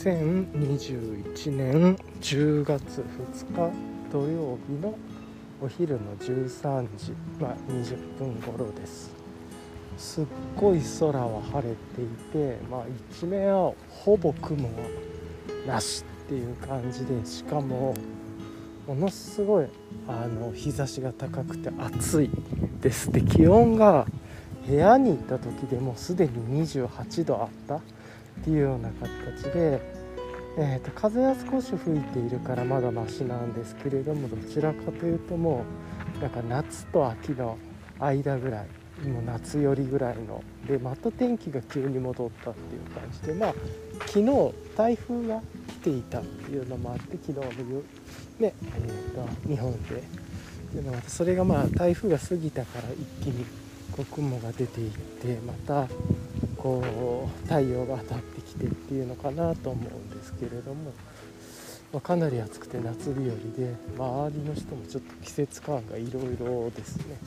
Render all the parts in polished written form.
2021年10月2日土曜日のお昼の13時、20分頃です。すっごい空は晴れていて、一面はほぼ雲はなしっていう感じで、しかもものすごい日差しが高くて暑いです。で、気温が部屋に行った時でもすでに28度あったっていうような形で、風は少し吹いているからまだマシなんですけれども、どちらかというともうなんか夏と秋の間ぐらい、もう夏寄りぐらいので、また天気が急に戻ったっていう感じで、昨日台風が来ていたっていうのもあって、昨日の夜、日本でっていうのがあって、それが台風が過ぎたから一気に雲が出ていって、またこう太陽が当たってきてっていうのかなと思うんですけれども、かなり暑くて夏日和で、周りの人もちょっと季節感がいろいろですね。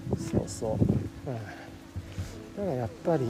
だからやっぱり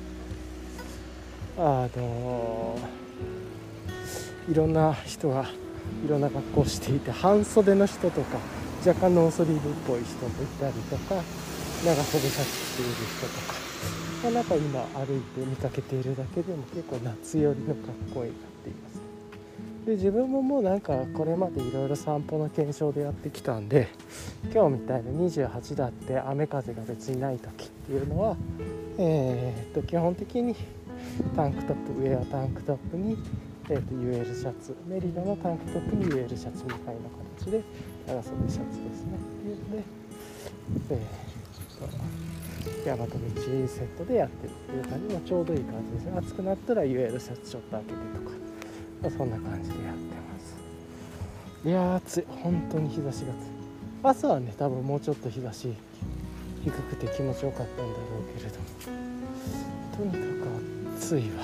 いろんな人がいろんな格好をしていて、半袖の人とか若干ノースリーブっぽい人もいたりとか、長袖シャツ着ている人とか、なんか今歩いて見かけているだけでも結構夏寄りの格好になっています。で、自分ももうなんかこれまでいろいろ散歩の検証でやってきたんで、今日みたいな28だって雨風が別にない時っていうのは、基本的にタンクトップ、上はタンクトップに、UL シャツ、メリノのタンクトップに UL シャツみたいな形で長袖シャツですねっていうので、大和道セットでやってるっていう感じもちょうどいい感じですね。暑くなったら UL シャツちょっと開けてとか、そんな感じでやってます。いやー暑い、本当に日差しが暑い。朝はね多分もうちょっと日差し低くて気持ちよかったんだろうけれども、とにかく暑いわ。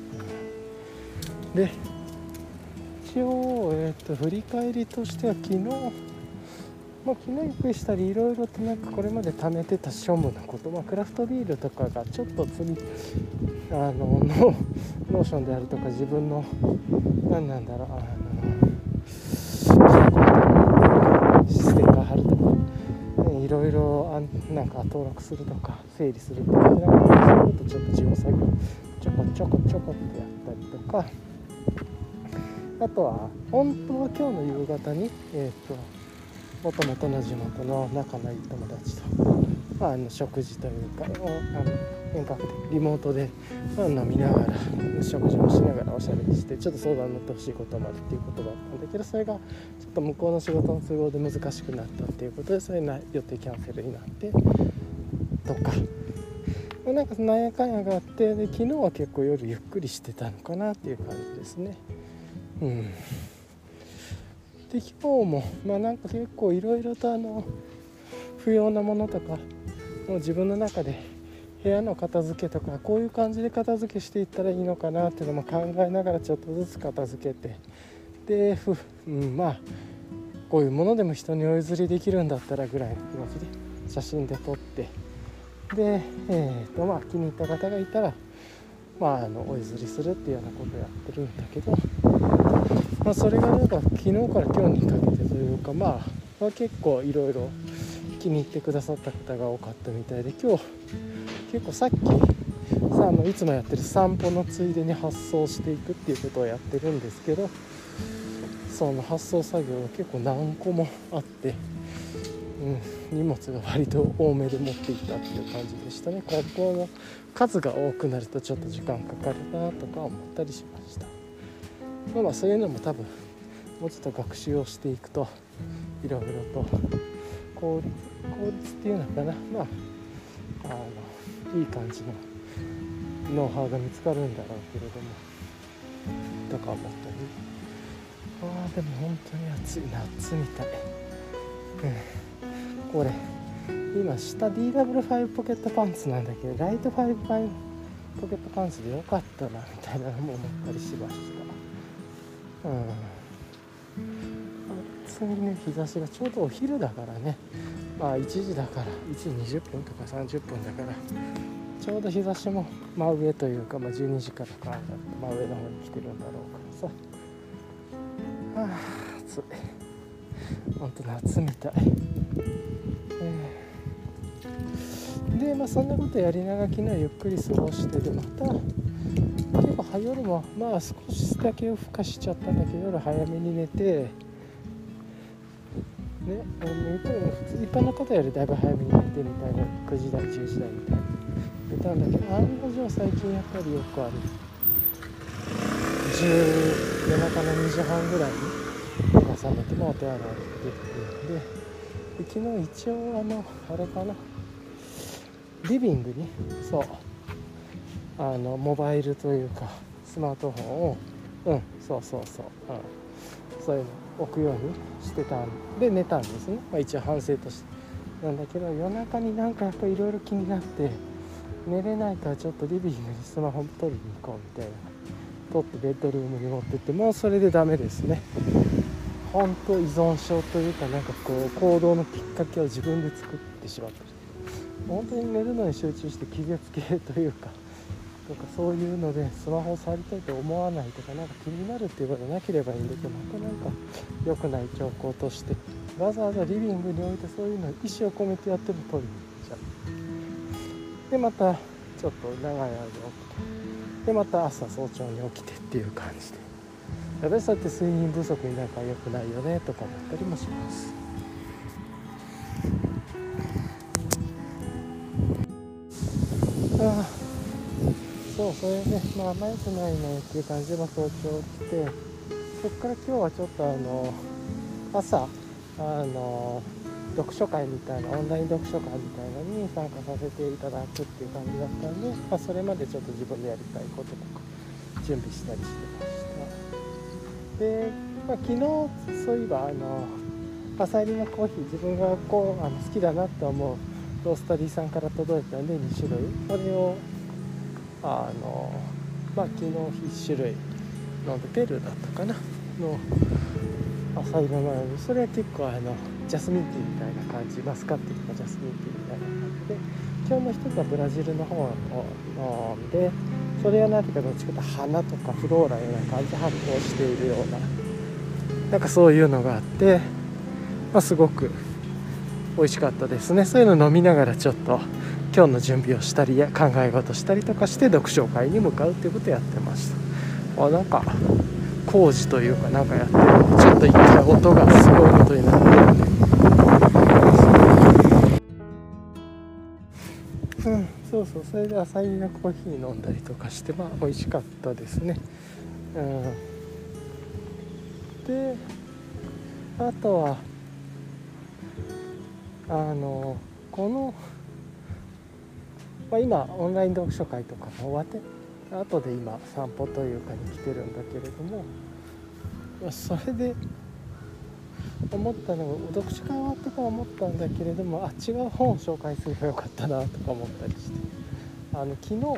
で、一応、振り返りとしては昨日ゆっくりしたり、いろいろとなんかこれまで貯めてた庶務のこと、クラフトビールとかがちょっとノーションであるとか、自分のシステムが貼るとか、いろいろなんか登録するとか整理するとか、そういうことちょっと事務作業ちょこってやったりとか、あとは本当は今日の夕方にもともとの地元の仲のいい友達と、食事というか遠隔でリモートで飲みながら食事もしながらおしゃべりして、ちょっと相談に乗ってほしいこともあるっていうことだったんだけど、それがちょっと向こうの仕事の都合で難しくなったっていうことで、それな予定キャンセルになってとか、なんかなんやかんやがあって、で昨日は結構夜ゆっくりしてたのかなっていう感じですね。で、今日もなんか結構いろいろと不要なものとか、もう自分の中で部屋の片付けとか、こういう感じで片付けしていったらいいのかなっていうのも考えながらちょっとずつ片付けて、でこういうものでも人にお譲りできるんだったらぐらいの気持ちで写真で撮って、で、気に入った方がいたらお譲りするっていうようなことをやってるんだけど、それがなんか昨日から今日にかけてというか、結構いろいろ気に入ってくださった方が多かったみたいで、今日結構さっきいつもやってる散歩のついでに発送していくっていうことをやってるんですけど、その発送作業が結構何個もあって、荷物が割と多めで持っていったっていう感じでしたね。梱包の数が多くなるとちょっと時間かかるなとか思ったりしました。そういうのも多分もうちょっと学習をしていくと、いろいろと効率っていうのかな、いい感じのノウハウが見つかるんだろうけれどもとか思ったり、でも本当に暑い、夏みたい。これ今下 DW5 ポケットパンツなんだけど、ライト5ポケットパンツでよかったなみたいなのも思ったりしました。暑いね。日差しがちょうどお昼だからね、1時だから1時20分とか30分だから、ちょうど日差しも真上というか、12時からか真上の方に来てるんだろうからさ、 暑い、ほんと夏みたい、でそんなことやりながら昨日ゆっくり過ごして、でまた結構夜も少しだけ夜更かしちゃったんだけど夜早めに寝てね、一般の方よりだいぶ早めに寝てみたいな、9時台10時台みたいな寝たんだけど、案の定最近やっぱりよくある夜中の2時半ぐらいに目が覚めてもお手洗いに出てくるんで、昨日一応あれかな、リビングにモバイルというかスマートフォンをそういうの置くようにしてたんで寝たんですね、一応反省としてなんだけど、夜中になんかやっぱりいろいろ気になって寝れないからちょっとリビングにスマホ取りに行こうみたいな、取ってベッドルームに持ってって、もうそれでダメですね。本当依存症というか、なんかこう行動のきっかけを自分で作ってしまった。本当に寝るのに集中して気絶系というかそういうのでスマホを触りたいと思わないとか、なんか気になるっていうことなければいいんだけど、またなんか良くない兆候としてわざわざリビングに置いてそういうのを意思を込めてやっても取りに行っちゃう。でまたちょっと長い間起きて、でまた朝早朝に起きてっていう感じで、やっぱりそうやって睡眠不足になるから良くないよねとか思ったりもします。それであんま良くないねっていう感じで早朝起きて、そっから今日はちょっと朝読書会みたいな、オンライン読書会みたいなのに参加させていただくっていう感じだったんで、それまでちょっと自分でやりたいこととか準備したりしてました。で、昨日そういえば朝入りのコーヒー、自分が好きだなと思うロースタリーさんから届いたんで2種類、それを昨日1種類飲んで、ペルーだったかなの朝入りの前に、それは結構ジャスミンティーみたいな感じ、マスカットとかジャスミンティーみたいな感じで、今日の一つはブラジルの方を飲んで、それは何ていうかどっちかというと花とかフローラルな感じで発酵しているような、なんかそういうのがあって、すごく美味しかったですね。そういうの飲みながらちょっと今日の準備をしたり考え事したりとかして読書会に向かうということをやってました。なんか工事というかなんかやってるんで、ちょっと一回音がすごいことになってるんで、それで朝入りのコーヒー飲んだりとかして美味しかったですね。であとはこの今オンライン読書会とかも終わって後で今散歩というかに来てるんだけれども、それで思ったのが、読書会終わってから思ったんだけれども、違う本を紹介すればよかったなとか思ったりして、昨日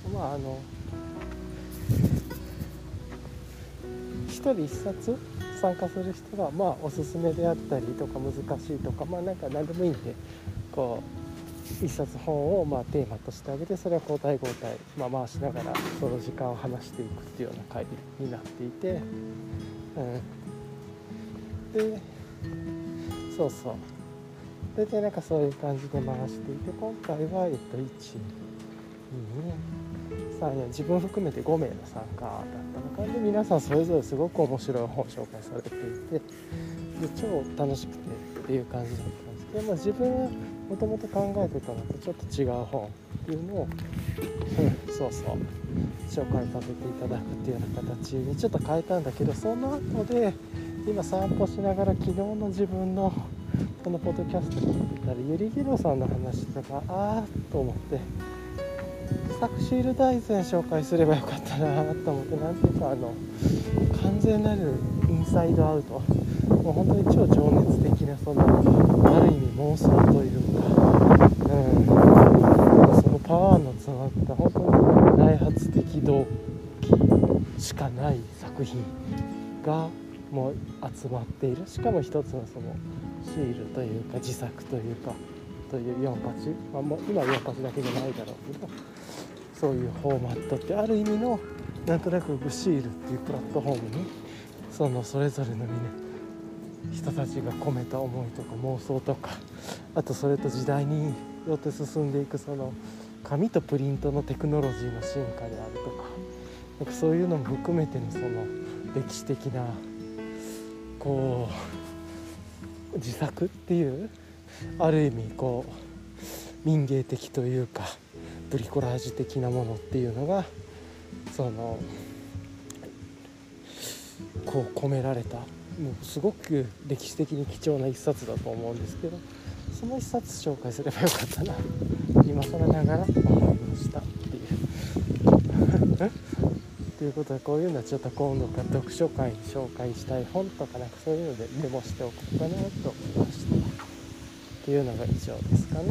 一人一冊参加する人がおすすめであったりとか難しいとかなんか何でもいいんで、こう一冊本をテーマとしてあげて、それを交代交代回しながらその時間を話していくっていうような会になっていて、ででなんかそういう感じで回していて、今回は1、2、3、4自分含めて5名の参加だったのかで、皆さんそれぞれすごく面白い本を紹介されていて、で超楽しくてっていう感じだったんですけど、自分はもともと考えてたのとちょっと違う本っていうのを、紹介させていただくっていうような形にちょっと変えたんだけど、その後で今散歩しながら昨日の自分のこのポッドキャスト聞いてたら、ユリ・ゲロさんの話とかと思って、サクシール大全紹介すればよかったなと思って、なんていうか完全なるインサイドアウト、もう本当に超情熱的なある意味妄想というか、そのパワーの詰まった本当に内発的動機しかない作品がもう集まっている。しかも一つのそのシールというか自作というかという4パチ、もう今4パチだけじゃないだろうけど、そういうフォーマットってある意味のなんとなくシールっていうプラットフォームにそれぞれの人たちが込めた思いとか妄想とか、あとそれと時代によって進んでいくその紙とプリントのテクノロジーの進化であるとか、なんかそういうのも含めてのその歴史的なこう自作っていう、ある意味こう民芸的というかブリコラージュ的なものっていうのがそのこう込められた、もうすごく歴史的に貴重な一冊だと思うんですけど、その一冊紹介すればよかったな今更ながら思いましたっていうということで、こういうのはちょっと今度から読書会に紹介したい本とかなんかそういうのでメモしておこうかなと思いましたっていうのが以上ですかね。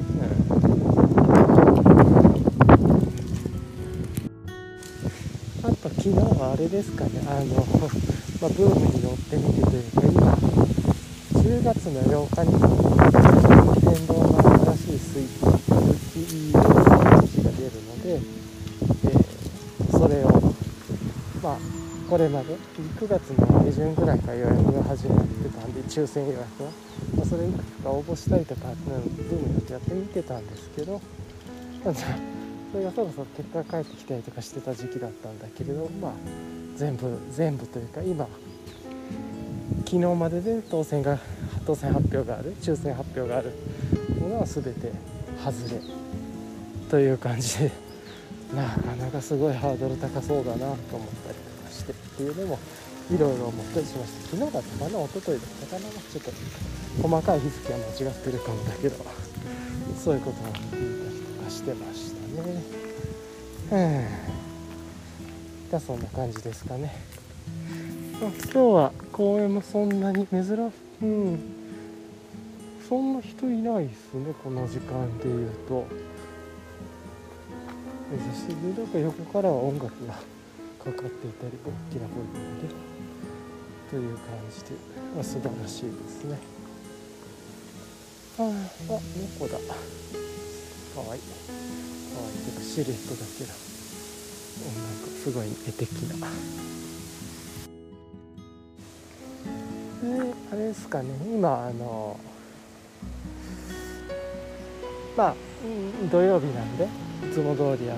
あと昨日はあれですかね、ブームに乗ってみるというか、今10月の8日に電動の新しいスイッチ LTE のスイッチが出るので、それをこれまで9月の下旬ぐらいから予約が始まってたんで、抽選予約は、それいくつか応募したりとかブームによってやってみてたんですけど、それがそろそろ結果が返ってきたりとかしてた時期だったんだけれど、全部というか今昨日までで当選発表がある、抽選発表があるものは全て外れという感じで、なかなかすごいハードル高そうだなと思ったりとかしてっていうのもいろいろ思ったりしました。昨日だったかな、一昨日だったかな、ちょっと細かい日付は間違ってるかもだけど、そういうことを聞いたりとかしてましたね。そんな感じですかね。今日は公園もそんなにそんな人いないですね、この時間でいうと。そしてなんか横からは音楽がかかっていたり、大きなボリュームでという感じで、素晴らしいですね。猫だ、かわいいとかシルエットだけど、なんかすごい絵的な。あれですかね、今土曜日なんでいつも通り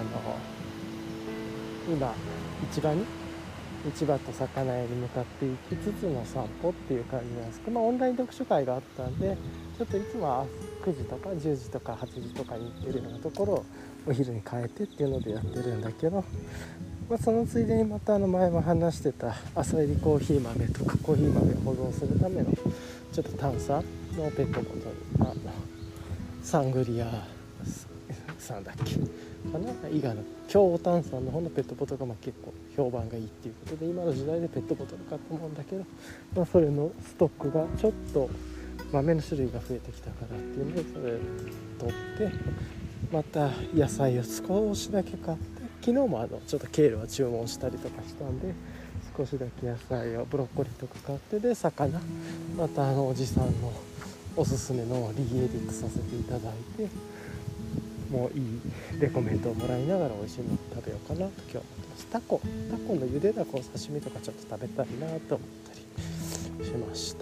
今市場と魚屋に向かっていきつつの散歩っていう感じなんですけど、オンライン読書会があったんで、ちょっといつもは9時とか10時とか8時とかに行ってるようなところをお昼に変えてっていうのでやってるんだけど、そのついでにまた前も話してた朝入りコーヒー豆とかコーヒー豆を保存するためのちょっと炭酸のペットボトル、サングリアさんだっけかな、伊賀の強炭酸の方のペットボトルが結構評判がいいっていうことで、今の時代でペットボトルかと思うんだけど、それのストックがちょっと豆の種類が増えてきたからっていうので、それを取ってまた野菜を少しだけ買って、昨日もちょっとケールを注文したりとかしたんで、少しだけ野菜をブロッコリーとか買って、で魚またおじさんのおすすめのリエディックさせていただいて、もういいレコメントをもらいながら美味しいもの食べようかなと今日思ってます。タコのゆでだこ、お刺身とかちょっと食べたいなと思ったりしました。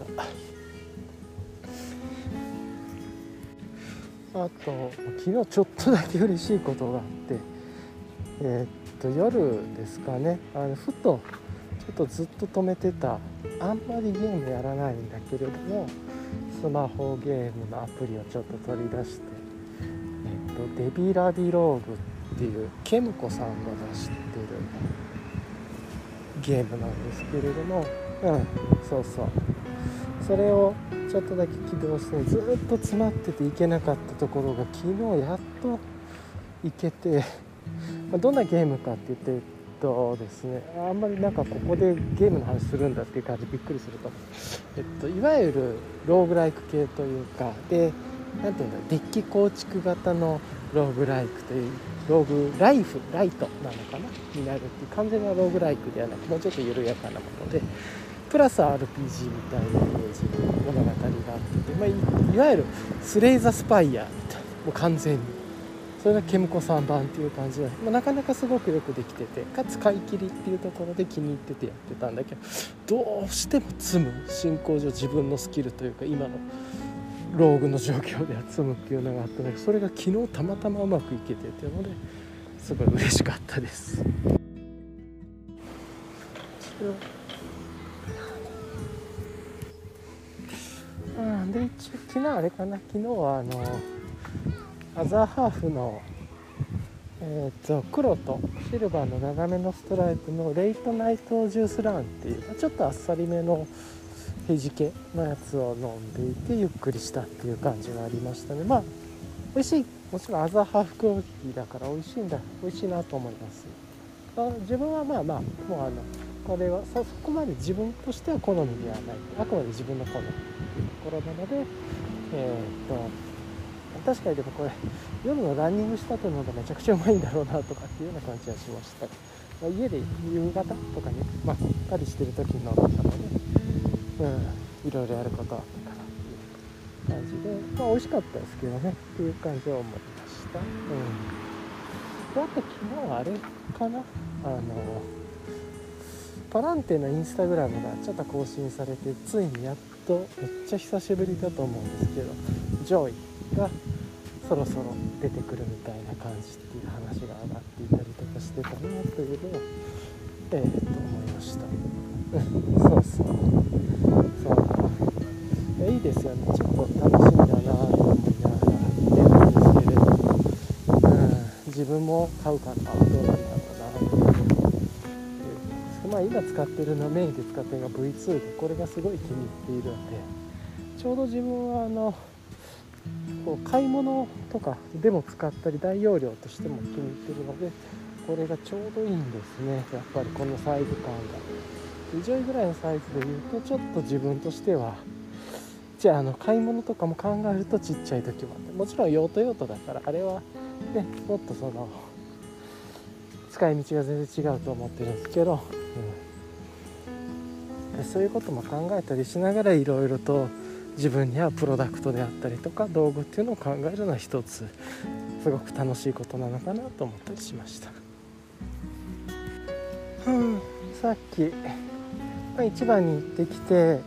あと昨日ちょっとだけ嬉しいことがあって、夜ですかね、ふとちょっとずっと止めてた、あんまりゲームやらないんだけれどもスマホゲームのアプリをちょっと取り出して、デビラビローグっていうケムコさんが出してるゲームなんですけれども、それをちょっとだけ起動して、ずっと詰まってていけなかったところが昨日やっといけて、どんなゲームかって言ってですね、あんまりなんかここでゲームの話するんだっていう感じでびっくりすると、いわゆるローグライク系というかで、なんていうんだ、デッキ構築型のローグライクという、ローグライトなのかなになるっていう、完全なローグライクではなく、もうちょっと緩やかなもので、プラス RPG みたいなイメージの物語があって、いわゆるスレイザースパイヤーみたいな、もう完全にそれがケムコ3番っていう感じで、なかなかすごくよくできてて、かつ買い切りっていうところで気に入っててやってたんだけど、どうしても積む進行上自分のスキルというか今のローグの状況では積むっていうのがあったんだけど、それが昨日たまたまうまくいけてっていうのですごい嬉しかったです。で一応昨日あれかな、昨日はアザーハーフの黒とシルバーの長めのストライプのレイトナイトジュースランっていうちょっとあっさりめのヘジ系のやつを飲んでいてゆっくりしたっていう感じがありましたね。美味しい、もちろんアザーハーフクオリティだから美味しいなと思います。自分はもうこれはそこまで自分としては好みではない、あくまで自分の好みというところなので、確かにでもこれ夜のランニングした後の方がめちゃくちゃうまいんだろうなとかっていうような感じはしました。家で夕方とかにまったりしてる時に飲んだので、いろいろやることあったかなっていう感じで、美味しかったですけどねっていう感じを思いました。であと昨日はあれかな、パランテのインスタグラムがちょっと更新されて、ついにやっとめっちゃ久しぶりだと思うんですけど、ジョイがそろそろ出てくるみたいな感じっていう話が上がっていたりとかしてたなというのを思いました。そういいですよね。ちょっと楽しみだなと思いながら見てるんですけれど、自分も買うかな、どうなんだろうなという、今使ってるのメインで使ってるのが V2 で、これがすごい気に入っているので、ちょうど自分は買い物とかでも使ったり大容量としても気に入ってるので、これがちょうどいいんですね。やっぱりこのサイズ感がジョイぐらいのサイズでいうとちょっと自分としては買い物とかも考えるとちっちゃい時もあって、もちろん用途用途だからあれはね、もっと使い道が全然違うと思ってるんですけど、そういうことも考えたりしながらいろいろと自分にはプロダクトであったりとか道具っていうのを考えるのは一つすごく楽しいことなのかなと思ったりしました。さっき、市場に行ってきて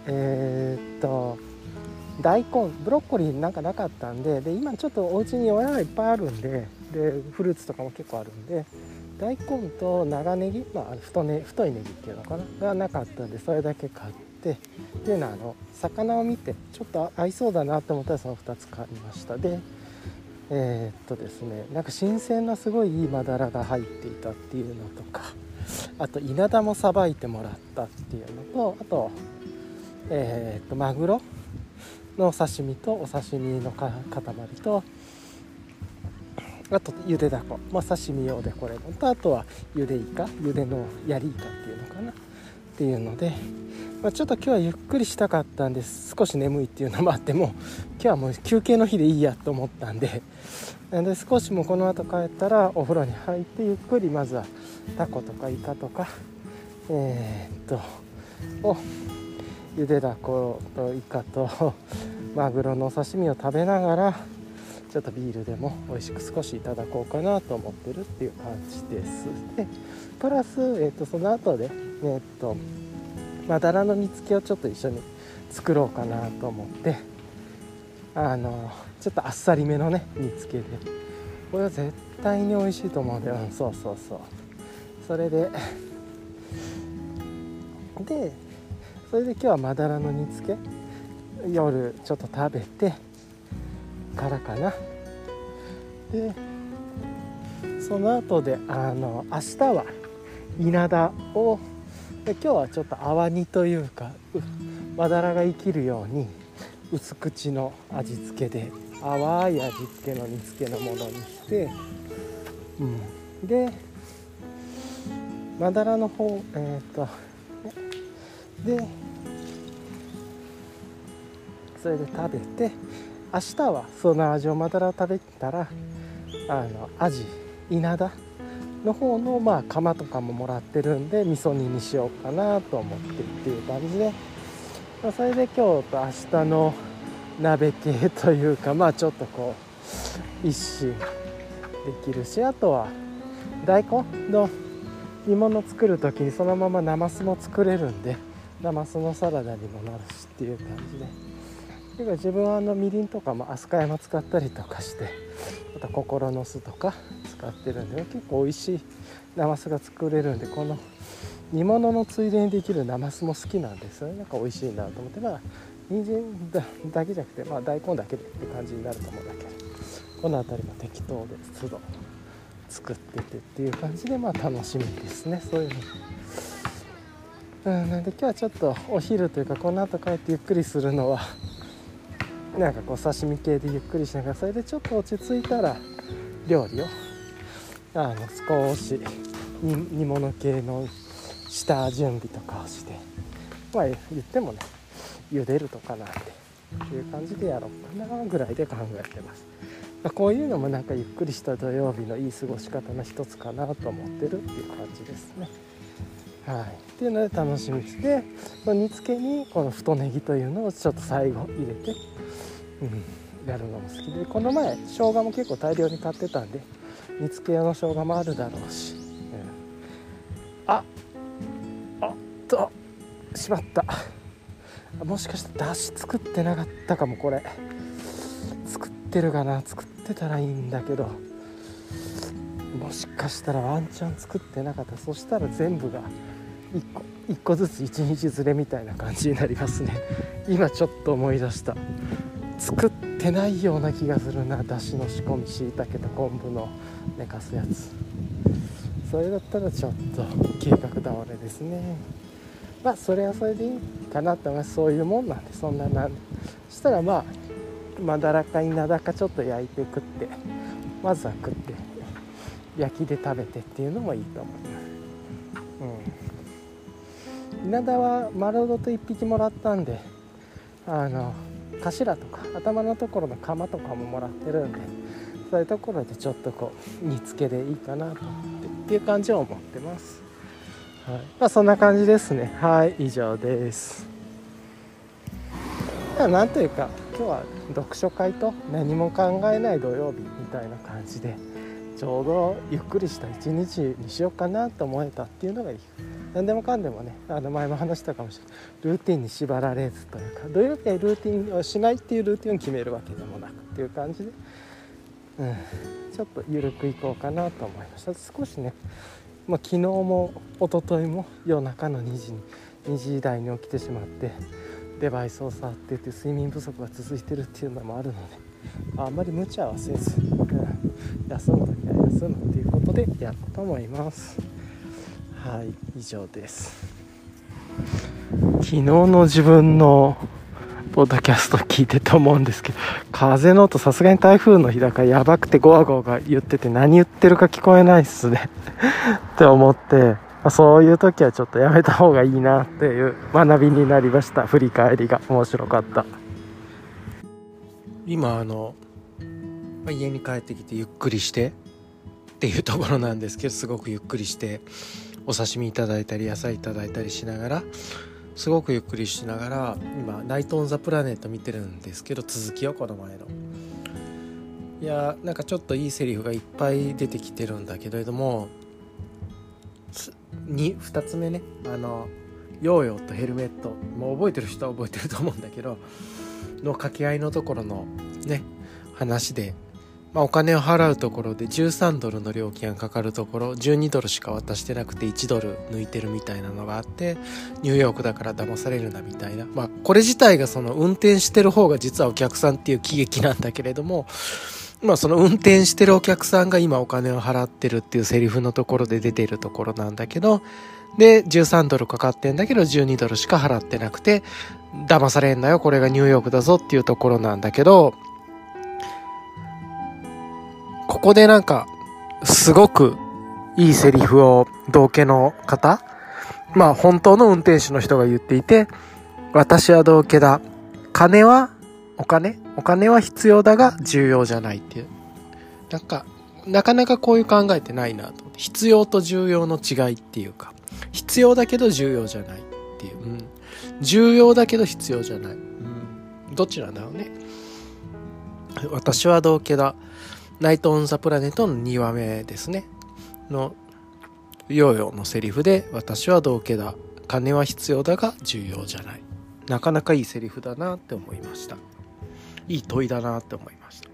大根ブロッコリーなんかなかったんで、今ちょっとお家にお野菜いっぱいあるんで、フルーツとかも結構あるんで、大根と長ネギ、太いネギっていうのかながなかったんで、それだけ買ってっていうのは魚を見てちょっと合いそうだなと思ったらその2つ買いました。でですね、なんか新鮮なすごいいいマダラが入っていたっていうのとか、あと稲田もさばいてもらったっていうのと、あとマグロの刺身とお刺身の塊と、あとゆでだこ、刺身用でこれのと、あとはゆでイカ、ゆでのヤリイカっていうのかなっていうので、ちょっと今日はゆっくりしたかったんです。少し眠いっていうのもあって、もう今日はもう休憩の日でいいやと思ったんで、少しもこの後帰ったらお風呂に入ってゆっくりまずはタコとかイカとかゆでだことイカとマグロのお刺身を食べながらちょっとビールでも美味しく少しいただこうかなと思ってるっていう感じです。でプラス、その後でマダラの煮付けをちょっと一緒に作ろうかなと思って、ちょっとあっさりめのね煮付けで、これは絶対に美味しいと思うんだよ。そうそれでそれで今日はマダラの煮付け夜ちょっと食べてからかな。でその後で明日は稲田を、今日はちょっと泡煮というかマダラが生きるように薄口の味付けで淡い味付けの煮付けのものにして、でマダラの方でそれで食べて、明日はその味をマダラを食べたらアジ稲田の方の釜とかももらってるんで味噌煮にしようかなと思ってっていう感じで、それで今日と明日の鍋系というかちょっと一心きるし、あとは大根の煮物作る時にそのままなますも作れるんで、なますのサラダにもなるしっていう感じで、結構自分はみりんとかも飛鳥山使ったりとかして、あと心の酢とか使ってるんで結構美味しいなますが作れるんで、この煮物のついでにできるなますも好きなんですよね。なんか美味しいなと思って、人参だけじゃなくて、大根だけでって感じになると思うんだけど、この辺りも適当で都度作っててっていう感じで、楽しみですね、そういうの。なんで今日はちょっとお昼というか、この後帰ってゆっくりするのはなんかこう刺身系でゆっくりしながら、それでちょっと落ち着いたら料理を少し煮物系の下準備とかをして、言ってもね茹でるとかなんでっていう感じでやろうかなぐらいで考えてます。こういうのもなんかゆっくりした土曜日のいい過ごし方の一つかなと思ってるっていう感じですね。っていうので楽しみで、煮付けにこの太ネギというのをちょっと最後入れて、やるのも好きで、この前生姜も結構大量に買ってたんで煮付け用の生姜もあるだろうし、しまった、もしかしてだし作ってなかったかも。これ作ってるかな、作ってたらいいんだけど、もしかしたらワンチャン作ってなかった。そしたら全部が1個ずつ1日ずれみたいな感じになりますね。今ちょっと思い出した、作ってないような気がするな。だしの仕込み、しいたけと昆布の寝かすやつ、それだったらちょっと計画倒れですね。それはそれでいいかなと思います。そういうもんなんで、そんなそしたらまだらか稲田かちょっと焼いて食って、まずは食って焼きで食べてっていうのもいいと思います。稲田は丸ごと1匹もらったんで、頭とか頭のところの鎌とかももらってるんで、そういうところでちょっとこう煮付けでいいかなと思ってっていう感じを思ってます。そんな感じですね。以上です。なんというか今日は読書会と何も考えない土曜日みたいな感じで、ちょうどゆっくりした一日にしようかなと思えたっていうのがいい。何でもかんでもね、前も話したかもしれない、ルーティンに縛られずというか、土曜日はルーティンをしないっていうルーティンを決めるわけでもなくっていう感じで、ちょっと緩くいこうかなと思いました。少しね、昨日も一昨日も夜中の2時台に起きてしまって、デバイスを触ってて睡眠不足が続いてるっていうのもあるので、あんまり無茶はせず、休む時は休むっていうことでやろうと思います。以上です。昨日の自分のポッドキャスト聞いてと思うんですけど、風の音、さすがに台風の日だからやばくてゴワゴワ言ってて何言ってるか聞こえないっすねって思って、そういう時はちょっとやめた方がいいなっていう学びになりました。振り返りが面白かった。今家に帰ってきてゆっくりしてっていうところなんですけど、すごくゆっくりしてお刺身いただいたり野菜いただいたりしながら、すごくゆっくりしながら今ナイト・オン・ザ・プラネット見てるんですけど、続きをこの前のなんかちょっといいセリフがいっぱい出てきてるんだけれども、2つ目ね、ヨーヨーとヘルメット、もう覚えてる人は覚えてると思うんだけどの掛け合いのところのね話で、お金を払うところで13ドルの料金がかかるところ12ドルしか渡してなくて1ドル抜いてるみたいなのがあって、ニューヨークだから騙されるなみたいな、これ自体がその運転してる方が実はお客さんっていう喜劇なんだけれども、その運転してるお客さんが今お金を払ってるっていうセリフのところで出てるところなんだけど、で13ドルかかってんだけど12ドルしか払ってなくて騙されんなよ、これがニューヨークだぞっていうところなんだけど、ここでなんかすごくいいセリフを道家の方、本当の運転手の人が言っていて、私は道家だ、お金は必要だが重要じゃないっていう、なかなかこういう考えってないなと。必要と重要の違いっていうか、必要だけど重要じゃないっていう、重要だけど必要じゃない、どっちなんだろうね。私は道家だ、 ナイト・オン・ザ・プラネットの2話目ですねのヨーヨーのセリフで、私は道家だ、金は必要だが重要じゃない。なかなかいいセリフだなって思いました。いい問いだなって思いました。